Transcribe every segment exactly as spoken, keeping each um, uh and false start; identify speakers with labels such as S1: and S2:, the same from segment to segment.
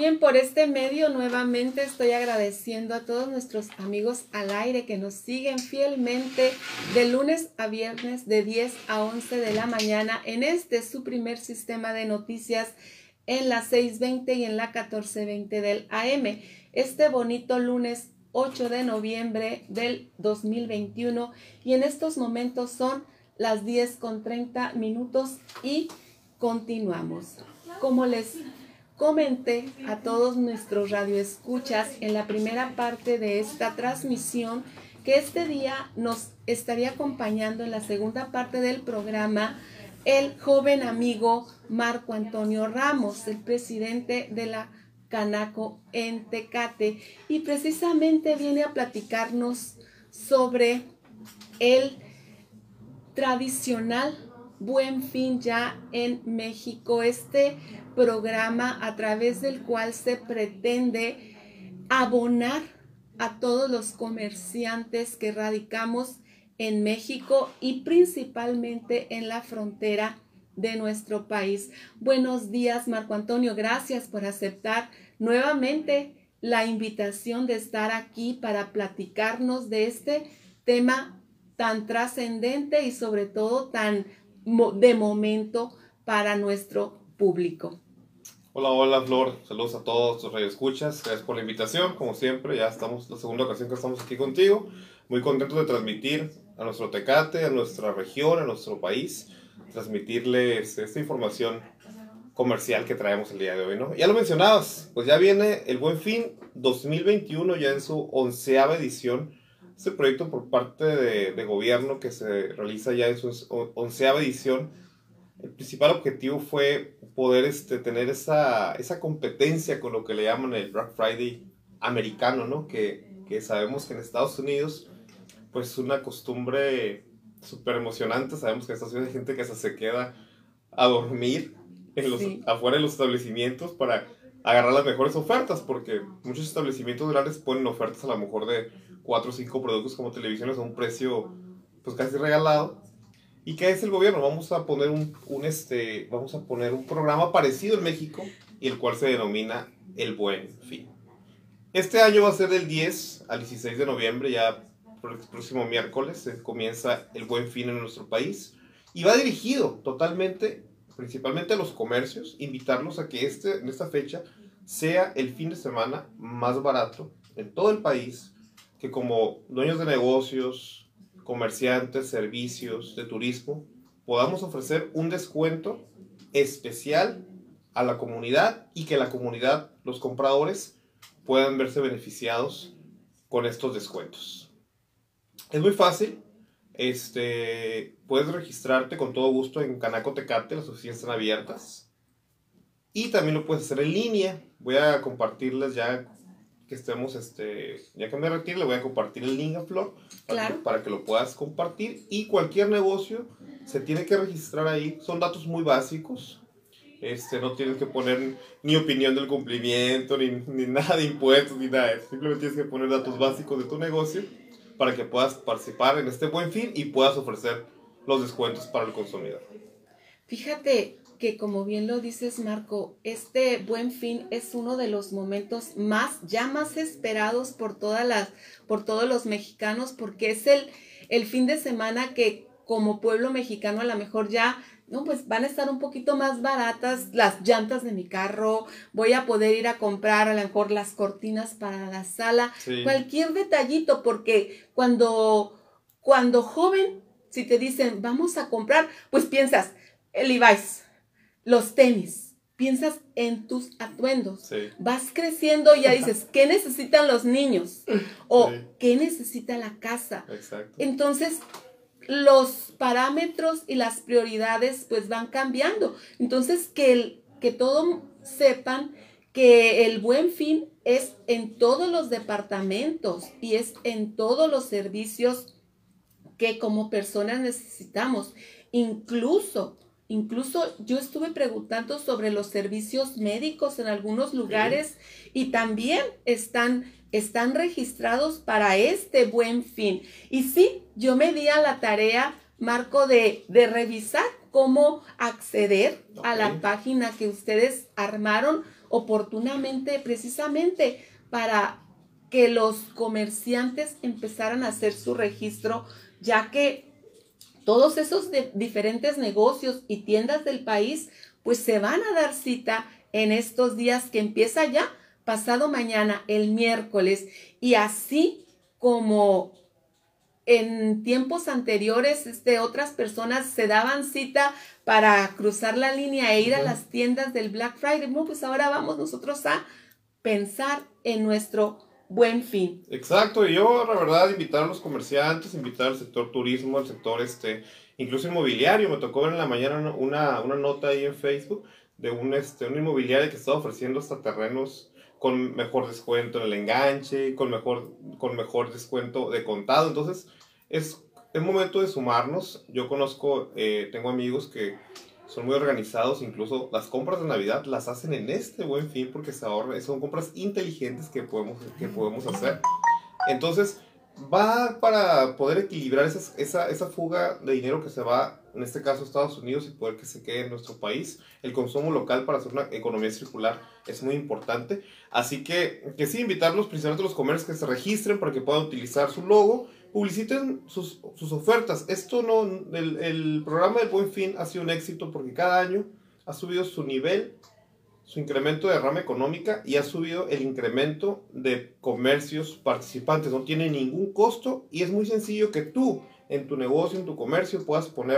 S1: Bien, por este medio nuevamente estoy agradeciendo a todos nuestros amigos al aire que nos siguen fielmente de lunes a viernes de diez a once de la mañana en este su primer sistema de noticias en la seiscientos veinte y en la catorce veinte del A M. Este bonito lunes ocho de noviembre del dos mil veintiuno, y en estos momentos son las diez con treinta minutos y continuamos. Como les comenté a todos nuestros radioescuchas en la primera parte de esta transmisión, que este día nos estaría acompañando en la segunda parte del programa el joven amigo Marco Antonio Ramos, el presidente de la Canaco en Tecate, y precisamente viene a platicarnos sobre el tradicional Buen Fin ya en México, este programa a través del cual se pretende abonar a todos los comerciantes que radicamos en México y principalmente en la frontera de nuestro país. Buenos días, Marco Antonio, gracias por aceptar nuevamente la invitación de estar aquí para platicarnos de este tema tan trascendente y sobre todo tan de momento para nuestro público.
S2: Hola, hola Flor, saludos a todos tus radioescuchas, gracias por la invitación, como siempre, ya estamos, la segunda ocasión que estamos aquí contigo, muy contentos de transmitir a nuestro Tecate, a nuestra región, a nuestro país, transmitirles esta información comercial que traemos el día de hoy, ¿no? Ya lo mencionabas, pues ya viene el Buen Fin dos mil veintiuno, ya en su onceava edición, este proyecto por parte de, de gobierno que se realiza ya en su onceava edición. El principal objetivo fue poder este, tener esa, esa competencia con lo que le llaman el Black Friday americano, ¿no? Que, que sabemos que en Estados Unidos, pues es una costumbre súper emocionante. Sabemos que en Estados Unidos hay gente que hasta se queda a dormir en los, sí. afuera de los establecimientos para agarrar las mejores ofertas, porque muchos establecimientos grandes ponen ofertas a lo mejor de cuatro o cinco productos como televisiones a un precio pues casi regalado. ¿Y qué es el gobierno? Vamos a poner un, un, este, vamos a poner un programa parecido en México, y el cual se denomina el Buen Fin. Este año va a ser del diez al dieciséis de noviembre, ya por el próximo miércoles se comienza el Buen Fin en nuestro país, y va dirigido totalmente, principalmente a los comercios, invitarlos a que este, en esta fecha sea el fin de semana más barato en todo el país, que como dueños de negocios, comerciantes, servicios, de turismo, podamos ofrecer un descuento especial a la comunidad y que la comunidad, los compradores, puedan verse beneficiados con estos descuentos. Es muy fácil, este, puedes registrarte con todo gusto en Canaco Tecate, las oficinas están abiertas, y también lo puedes hacer en línea. Voy a compartirles ya que estemos, este, ya que me retire, le voy a compartir el link a Flor, para, claro. que, para que lo puedas compartir, y cualquier negocio se tiene que registrar ahí. Son datos muy básicos, este, no tienes que poner ni opinión del cumplimiento, ni, ni nada de impuestos, ni nada, simplemente tienes que poner datos básicos de tu negocio para que puedas participar en este Buen Fin y puedas ofrecer los descuentos para el consumidor.
S1: Fíjate que, como bien lo dices, Marco, este Buen Fin es uno de los momentos más, ya más esperados por todas las, por todos los mexicanos, porque es el, el fin de semana que como pueblo mexicano a lo mejor ya, no, pues van a estar un poquito más baratas las llantas de mi carro, voy a poder ir a comprar a lo mejor las cortinas para la sala, sí. Cualquier detallito, porque cuando, cuando joven, si te dicen vamos a comprar, pues piensas, el Levi's, los tenis, piensas en tus atuendos, sí. Vas creciendo y ya dices, ¿qué necesitan los niños? O sí. ¿Qué necesita la casa?
S2: Exacto.
S1: Entonces, los parámetros y las prioridades pues van cambiando. Entonces, que, el, que todos sepan que el Buen Fin es en todos los departamentos y es en todos los servicios que como personas necesitamos. Incluso Incluso yo estuve preguntando sobre los servicios médicos en algunos lugares, sí. Y también están, están registrados para este Buen Fin. Y sí, yo me di a la tarea, Marco, de, de revisar cómo acceder okay. a la página que ustedes armaron, oportunamente precisamente para que los comerciantes empezaran a hacer su registro, ya que todos esos de diferentes negocios y tiendas del país pues se van a dar cita en estos días que empieza ya pasado mañana, el miércoles, y así como en tiempos anteriores este, otras personas se daban cita para cruzar la línea e ir uh-huh. a las tiendas del Black Friday, bueno, pues ahora vamos nosotros a pensar en nuestro Buen Fin.
S2: Exacto, y yo la verdad invitar a los comerciantes, invitar al sector turismo, al sector este, incluso inmobiliario. Me tocó ver en la mañana una, una nota ahí en Facebook de un, este, un inmobiliario que estaba ofreciendo hasta terrenos con mejor descuento en el enganche, con mejor, con mejor descuento de contado. Entonces es, es momento de sumarnos. Yo conozco, eh, tengo amigos que son muy organizados, incluso las compras de Navidad las hacen en este Buen Fin porque se ahorra, son compras inteligentes que podemos, que podemos hacer. Entonces va para poder equilibrar esas, esa, esa fuga de dinero que se va, en este caso a Estados Unidos, y poder que se quede en nuestro país. El consumo local para hacer una economía circular es muy importante. Así que, que sí, invitarlos principalmente a los comercios que se registren para que puedan utilizar su logo, publiciten sus, sus ofertas. Esto no, el, el programa del Buen Fin ha sido un éxito porque cada año ha subido su nivel, su incremento de rama económica, y ha subido el incremento de comercios participantes. No tiene ningún costo y es muy sencillo que tú en tu negocio, en tu comercio, puedas poner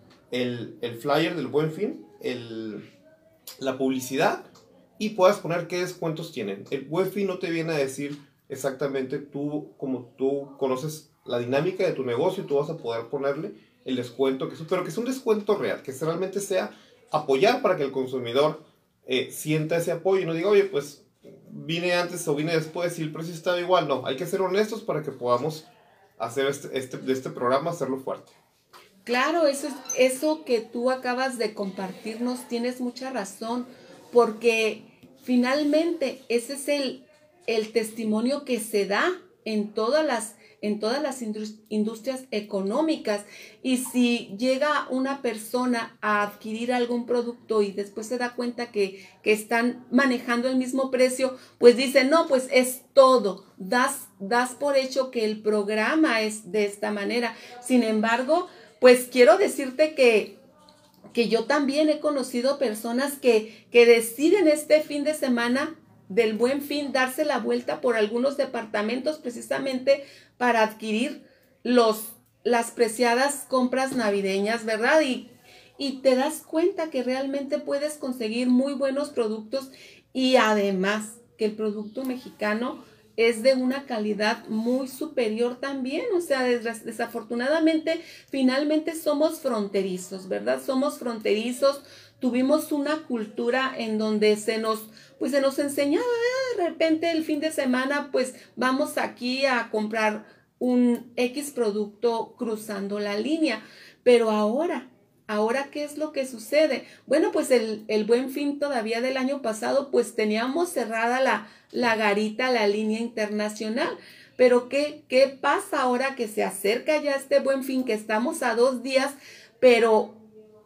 S2: el, el flyer del Buen Fin, el, la publicidad, y puedas poner qué descuentos tienen. El Buen Fin no te viene a decir exactamente tú, como tú conoces la dinámica de tu negocio, y tú vas a poder ponerle el descuento, que es, pero que es un descuento real, que realmente sea apoyar para que el consumidor eh, sienta ese apoyo y no diga, oye, pues vine antes o vine después y el precio estaba igual. No, hay que ser honestos para que podamos hacer este, este, de este programa, hacerlo fuerte.
S1: Claro, eso, es, eso que tú acabas de compartirnos, tienes mucha razón, porque finalmente ese es el, el testimonio que se da en todas las, en todas las industrias económicas. Y si llega una persona a adquirir algún producto y después se da cuenta que, que están manejando el mismo precio, pues dice, no, pues es todo, das, das por hecho que el programa es de esta manera. Sin embargo, pues quiero decirte que, que yo también he conocido personas que, que deciden este fin de semana del Buen Fin darse la vuelta por algunos departamentos precisamente para adquirir los, las preciadas compras navideñas, ¿verdad? Y, y te das cuenta que realmente puedes conseguir muy buenos productos, y además que el producto mexicano es de una calidad muy superior también. O sea, des desafortunadamente, finalmente somos fronterizos, ¿verdad? Somos fronterizos. Tuvimos una cultura en donde se nos, pues se nos enseñaba, ¿eh? De repente el fin de semana, pues vamos aquí a comprar un X producto cruzando la línea. Pero ahora, ahora, ¿qué es lo que sucede? Bueno, pues el, el Buen Fin todavía del año pasado, pues teníamos cerrada la, la garita, la línea internacional. Pero ¿qué, qué pasa ahora que se acerca ya este Buen Fin, que estamos a dos días, pero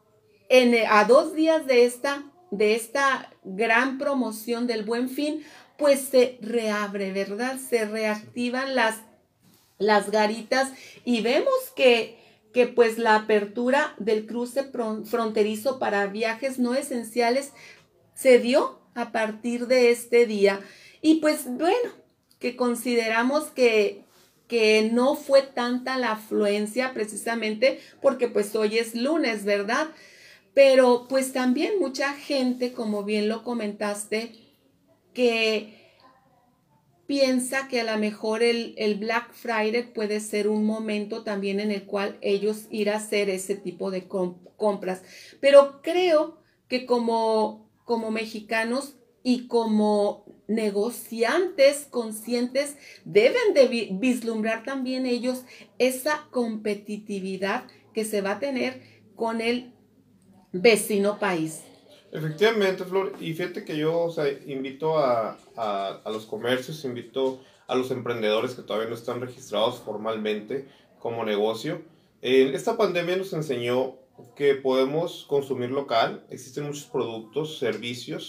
S1: En, a dos días de esta, de esta gran promoción del Buen Fin, pues se reabre, ¿verdad? Se reactivan las, las garitas, y vemos que, que pues la apertura del cruce fronterizo para viajes no esenciales se dio a partir de este día. Y pues bueno, que consideramos que, que no fue tanta la afluencia precisamente porque pues hoy es lunes, ¿verdad? Pero pues también mucha gente, como bien lo comentaste, que piensa que a lo mejor el, el Black Friday puede ser un momento también en el cual ellos ir a hacer ese tipo de comp compras. Pero creo que como, como mexicanos y como negociantes conscientes deben de vi vislumbrar también ellos esa competitividad que se va a tener con el vecino país.
S2: Efectivamente, Flor, y fíjate que yo, o sea, invito a, a, a los comercios, invito a los emprendedores que todavía no están registrados formalmente como negocio. Eh, esta pandemia nos enseñó que podemos consumir local. Existen muchos productos, servicios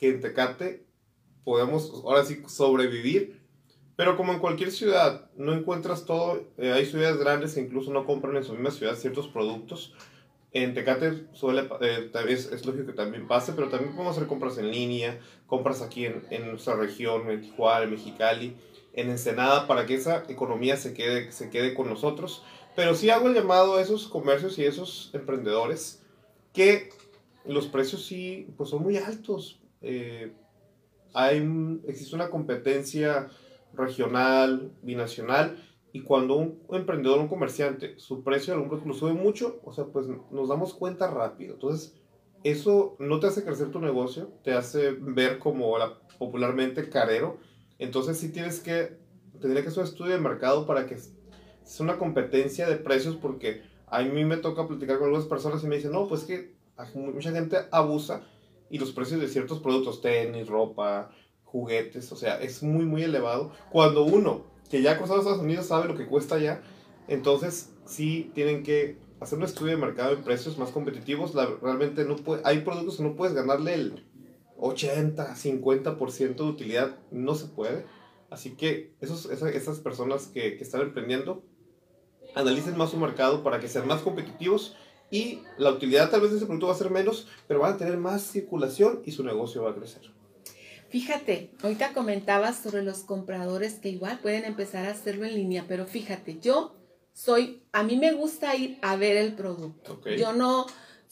S2: que en Tecate podemos ahora sí sobrevivir, pero como en cualquier ciudad no encuentras todo, eh, hay ciudades grandes que incluso no compran en su misma ciudad ciertos productos. En Tecate suele, eh, es, es lógico que también pase, pero también podemos hacer compras en línea, compras aquí en, en nuestra región, en Tijuana, en Mexicali, en Ensenada, para que esa economía se quede, se quede con nosotros. Pero sí hago el llamado a esos comercios y a esos emprendedores que los precios sí pues son muy altos. Eh, hay, existe una competencia regional, binacional, y cuando un emprendedor, un comerciante, su precio de algún producto lo sube mucho, o sea, pues nos damos cuenta rápido. Entonces, eso no te hace crecer tu negocio, te hace ver como la, popularmente carero. Entonces, sí tienes que, tendría que hacer un estudio de mercado para que sea una competencia de precios, porque a mí me toca platicar con algunas personas y me dicen, no, pues que mucha gente abusa y los precios de ciertos productos, tenis, ropa, juguetes, o sea, es muy, muy elevado. Cuando uno que ya ha cruzado a Estados Unidos sabe lo que cuesta allá, entonces sí tienen que hacer un estudio de mercado de precios más competitivos. La, realmente no puede, hay productos que no puedes ganarle el ochenta, cincuenta por ciento de utilidad, no se puede. Así que esos, esas, esas personas que, que están emprendiendo, analicen más su mercado para que sean más competitivos, y la utilidad tal vez de ese producto va a ser menos, pero van a tener más circulación y su negocio va a crecer.
S1: Fíjate, ahorita comentabas sobre los compradores que igual pueden empezar a hacerlo en línea, pero fíjate, yo soy, a mí me gusta ir a ver el producto. Okay. Yo no,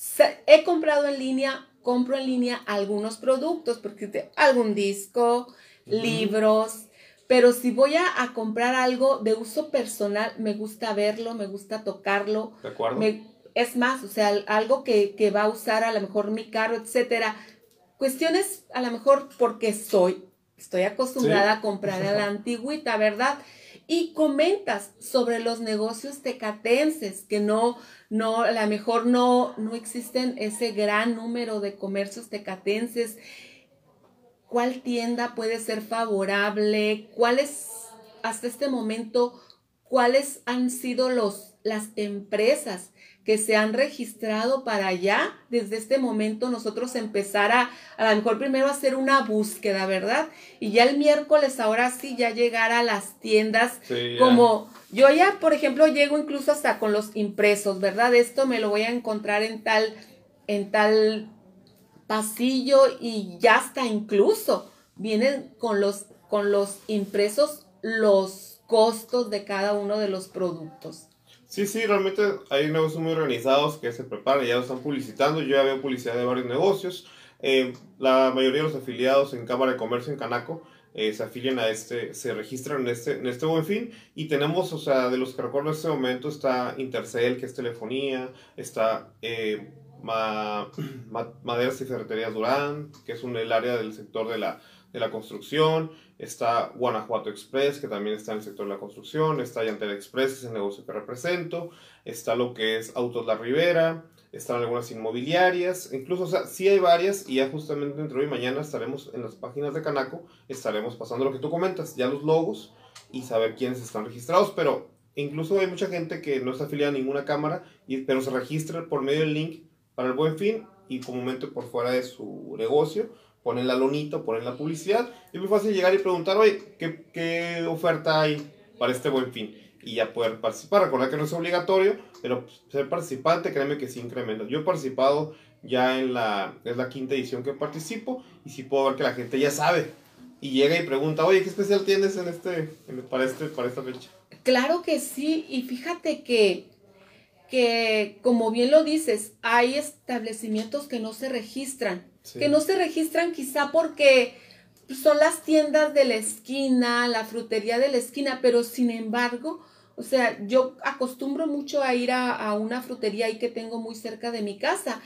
S1: he comprado en línea, compro en línea algunos productos, porque te, algún disco, uh-huh. libros, pero si voy a, a comprar algo de uso personal, me gusta verlo, me gusta tocarlo.
S2: ¿De acuerdo?
S1: Me, es más, o sea, algo que, que va a usar a lo mejor mi carro, etcétera. Cuestiones a lo mejor porque soy, estoy acostumbrada sí. a comprar a la antigüita, ¿verdad? Y comentas sobre los negocios tecatenses, que no, no, a lo mejor no, no existen ese gran número de comercios tecatenses. ¿Cuál tienda puede ser favorable? ¿Cuáles, hasta este momento, cuáles han sido los, las empresas que se han registrado para ya, desde este momento, nosotros empezar a, a lo mejor primero hacer una búsqueda, ¿verdad? Y ya el miércoles, ahora sí, ya llegar a las tiendas, sí, como yo ya, por ejemplo, llego incluso hasta con los impresos, ¿verdad? Esto me lo voy a encontrar en tal, en tal pasillo, y ya hasta incluso vienen con los, con los impresos los costos de cada uno de los productos.
S2: Sí, sí, realmente hay negocios muy organizados que se preparan y ya lo están publicitando. Yo ya veo publicidad de varios negocios. Eh, la mayoría de los afiliados en Cámara de Comercio en Canaco eh, se afilian a este, se registran en este, en este Buen Fin. Y tenemos, o sea, de los que recuerdo en este momento está Intercel, que es telefonía, está eh, Ma, Ma, Maderas y Ferreterías Durán, que es un, el área del sector de la, de la construcción. Está Guanajuato Express, que también está en el sector de la construcción. Está Llantera Express, que es el negocio que represento. Está lo que es Autos La Ribera. Están algunas inmobiliarias. Incluso, o sea, sí hay varias. Y ya justamente dentro de hoy y mañana estaremos en las páginas de Canaco. Estaremos pasando lo que tú comentas, ya los logos y saber quiénes están registrados. Pero incluso hay mucha gente que no está afiliada a ninguna cámara, y, pero se registra por medio del link para el Buen Fin, y comúnmente por fuera de su negocio ponen la lonita, ponen la publicidad. Es muy fácil llegar y preguntar, oye, ¿qué, qué oferta hay para este Buen Fin? Y ya poder participar. Recordad que no es obligatorio, pero ser participante, créeme que sí incrementa. Yo he participado ya en la, es la quinta edición que participo, y sí puedo ver que la gente ya sabe. Y llega y pregunta, oye, ¿qué especial tienes en este, en, para, este, para esta fecha?
S1: Claro que sí, y fíjate que que, como bien lo dices, hay establecimientos que no se registran, sí. que no se registran quizá porque son las tiendas de la esquina, la frutería de la esquina, pero sin embargo, o sea, yo acostumbro mucho a ir a, a una frutería ahí que tengo muy cerca de mi casa,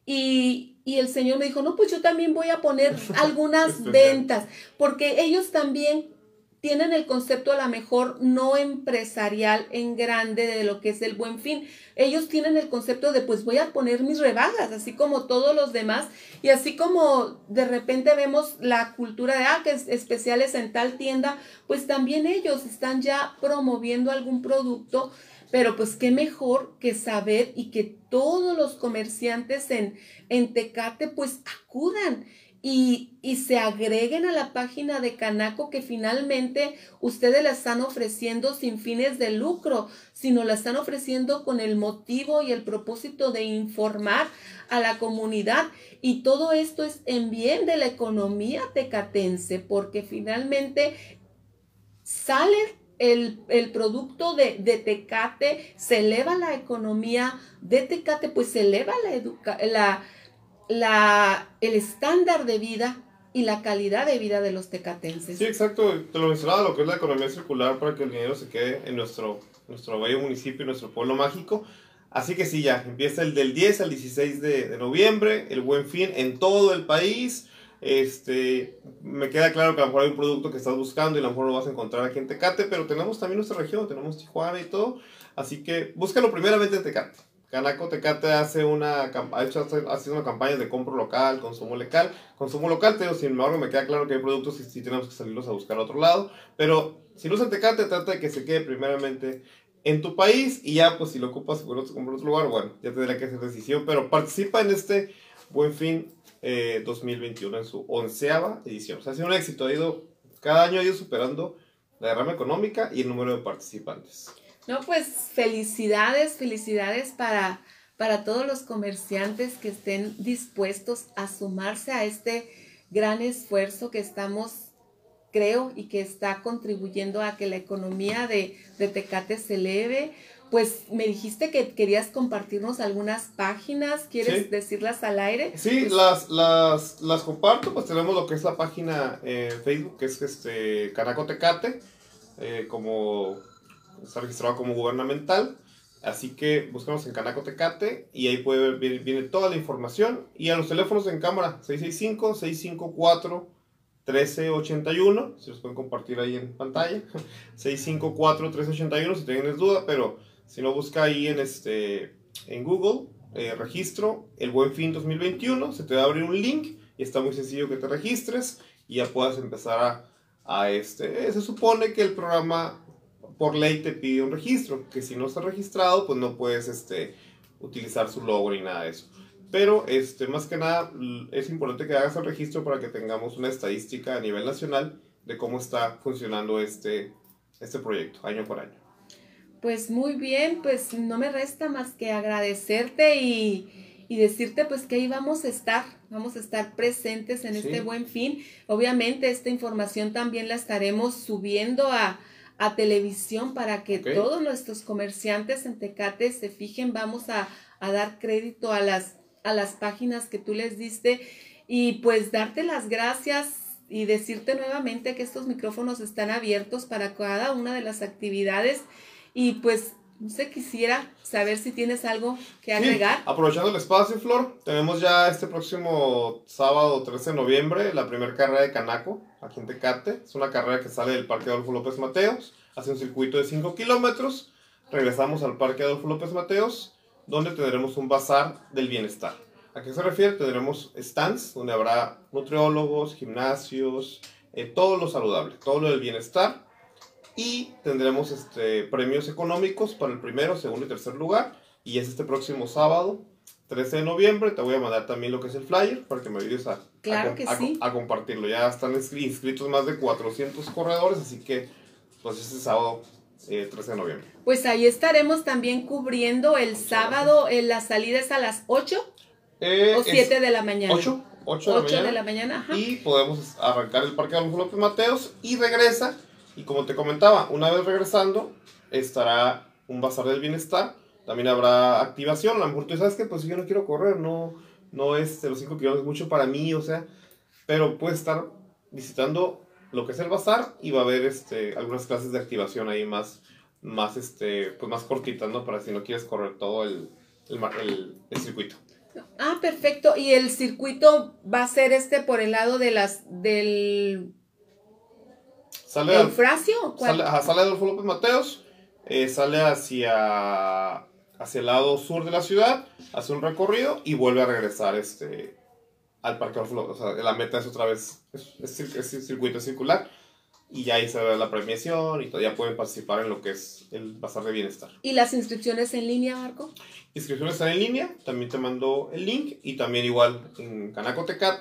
S1: y, y el señor me dijo, no, pues yo también voy a poner algunas ventas, porque ellos también tienen el concepto a lo mejor no empresarial en grande de lo que es el Buen Fin. Ellos tienen el concepto de pues voy a poner mis rebajas, así como todos los demás, y así como de repente vemos la cultura de, ah, que es especiales en tal tienda, pues también ellos están ya promoviendo algún producto, pero pues qué mejor que saber y que todos los comerciantes en, en Tecate pues acudan. y, y se agreguen a la página de Canaco, que finalmente ustedes la están ofreciendo sin fines de lucro, sino la están ofreciendo con el motivo y el propósito de informar a la comunidad, y todo esto es en bien de la economía tecatense, porque finalmente sale el, el producto de, de Tecate, se eleva la economía de Tecate, pues se eleva la, educa la, la el estándar de vida y la calidad de vida de los tecatenses.
S2: Sí, exacto, te lo mencionaba, lo que es la economía circular, para que el dinero se quede en nuestro, nuestro bello municipio, nuestro pueblo mágico. Así que sí, ya, empieza el del diez al dieciséis de, de noviembre, el Buen Fin en todo el país. Este, me queda claro que a lo mejor hay un producto que estás buscando y a lo mejor lo vas a encontrar aquí en Tecate, pero tenemos también nuestra región, tenemos Tijuana y todo, así que búscalo primeramente en Tecate. Canaco Tecate hace una, ha hecho hace una campaña de compro local, consumo local, consumo local, pero sin embargo me queda claro que hay productos que sí tenemos que salirlos a buscar a otro lado, pero si no es en Tecate, trata de que se quede primeramente en tu país, y ya pues si lo ocupas por otro, por otro lugar, bueno, ya tendrá que hacer decisión, pero participa en este Buen Fin eh, dos mil veintiuno en su onceava edición. O sea, ha sido un éxito, ha ido, cada año ha ido superando la derrama económica y el número de participantes.
S1: No, pues felicidades, felicidades para, para todos los comerciantes que estén dispuestos a sumarse a este gran esfuerzo que estamos, creo, y que está contribuyendo a que la economía de, de Tecate se eleve. Pues me dijiste que querías compartirnos algunas páginas, ¿quieres sí. decirlas al aire?
S2: Sí,
S1: pues,
S2: las, las, las comparto, pues tenemos lo que es la página en eh, Facebook, que es este Canaco Tecate, eh, como está registrado como gubernamental, así que búscanos en Canaco Tecate y ahí puede ver, viene, viene toda la información, y a los teléfonos en cámara, seis seis cinco, seis cinco cuatro, uno tres ocho uno, si los pueden compartir ahí en pantalla, seis cinco cuatro, uno tres ocho uno si tienen duda, pero si no, busca ahí en, este, en Google, eh, registro, el Buen Fin dos mil veintiuno, se te va a abrir un link y está muy sencillo que te registres y ya puedas empezar a, a este, se supone que el programa por ley te pide un registro, que si no estás registrado, pues no puedes este, utilizar su logo ni nada de eso. Pero este, más que nada es importante que hagas el registro para que tengamos una estadística a nivel nacional de cómo está funcionando este, este proyecto año por año.
S1: Pues muy bien, pues no me resta más que agradecerte y, y decirte pues que ahí vamos a estar, vamos a estar presentes en sí. este Buen Fin. Obviamente esta información también la estaremos subiendo a, a televisión para que okay. todos nuestros comerciantes en Tecate se fijen. Vamos a, a dar crédito a las, a las páginas que tú les diste y pues darte las gracias y decirte nuevamente que estos micrófonos están abiertos para cada una de las actividades. Y pues, no sé, quisiera saber si tienes algo que agregar.
S2: Sí, aprovechando el espacio, Flor, tenemos ya este próximo sábado trece de noviembre la primera carrera de Canaco, aquí en Tecate. Es una carrera que sale del Parque Adolfo López Mateos, hace un circuito de cinco kilómetros. Regresamos al Parque Adolfo López Mateos, donde tendremos un bazar del bienestar. ¿A qué se refiere? Tendremos stands, donde habrá nutriólogos, gimnasios, eh, todo lo saludable, todo lo del bienestar. Y tendremos este, premios económicos para el primero, segundo y tercer lugar. Y es este próximo sábado, trece de noviembre. Te voy a mandar también lo que es el flyer para que me ayudes a,
S1: claro
S2: a,
S1: que
S2: a,
S1: sí.
S2: a compartirlo. Ya están inscritos más de cuatrocientos corredores, así que pues este sábado eh, trece de noviembre.
S1: Pues ahí estaremos también cubriendo el Muchas sábado. Eh, la salida es a las ocho eh, o siete de la mañana.
S2: ocho, ocho, de,
S1: ocho
S2: la
S1: de la mañana. Ajá.
S2: Y podemos arrancar el Parque Adolfo López Mateos y regresa. Y como te comentaba, una vez regresando, estará un bazar del bienestar. También habrá activación. A lo mejor tú sabes que pues yo no quiero correr, no, no es los cinco kilómetros mucho para mí, o sea, pero puedes estar visitando lo que es el bazar y va a haber este, algunas clases de activación ahí más, más, este, pues más cortitas, ¿no? Para si no quieres correr todo el, el, el, el circuito.
S1: Ah, perfecto. Y el circuito va a ser este por el lado de las del
S2: Sale al,
S1: ¿Eufrasio?
S2: Sale, ajá, sale de Adolfo López Mateos, eh, sale hacia, hacia el lado sur de la ciudad, hace un recorrido y vuelve a regresar este, al Parque Adolfo López. O sea, la meta es otra vez, es, es, es el circuito circular y ya ahí se ve la premiación y todavía pueden participar en lo que es el Bazar de Bienestar.
S1: ¿Y las inscripciones en línea, Marco?
S2: Inscripciones están en línea, también te mando el link y también igual en Canaco Tecate.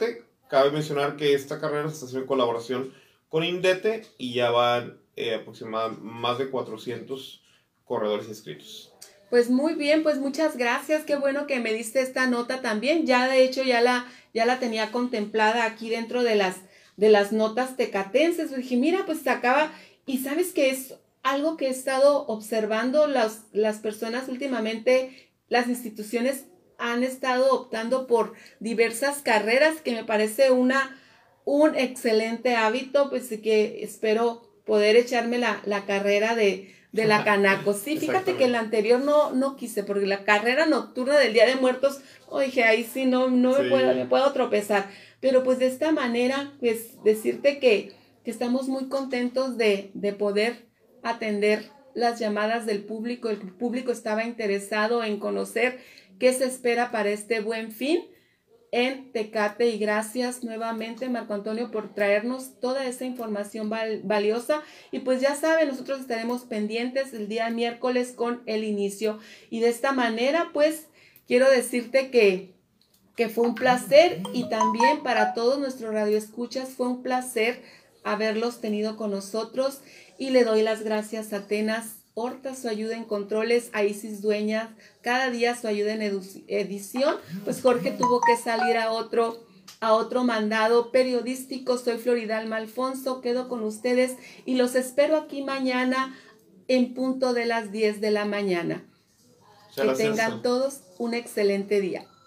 S2: Cabe mencionar que esta carrera se está haciendo en colaboración con INDETE y ya van eh, aproximadamente más de cuatrocientos corredores inscritos.
S1: Pues muy bien, pues muchas gracias, qué bueno que me diste esta nota también. Ya de hecho ya la, ya la tenía contemplada aquí dentro de las, de las notas tecatenses. Dije, mira, pues se acaba, y sabes que es algo que he estado observando, las, las personas últimamente, las instituciones han estado optando por diversas carreras, que me parece una, un excelente hábito, pues que espero poder echarme la, la carrera de, de la Canaco. Sí, fíjate que la anterior no, no quise, porque la carrera nocturna del Día de Muertos, oh, dije, ahí sí no, no me, sí. puedo, me puedo tropezar. Pero pues de esta manera, pues decirte que, que estamos muy contentos de, de poder atender las llamadas del público. El público estaba interesado en conocer qué se espera para este Buen Fin en Tecate, y gracias nuevamente, Marco Antonio, por traernos toda esa información val valiosa. Y pues ya saben, nosotros estaremos pendientes el día miércoles con el inicio, y de esta manera pues quiero decirte que que fue un placer, y también para todos nuestros radioescuchas fue un placer haberlos tenido con nosotros, y le doy las gracias a Atenas Horta, su ayuda en controles, a Isis Dueñas, cada día su ayuda en edición. Pues Jorge tuvo que salir a otro, a otro mandado periodístico. Soy Floridalma Alfonso, quedo con ustedes y los espero aquí mañana en punto de las diez de la mañana. Que tengan todos un excelente día.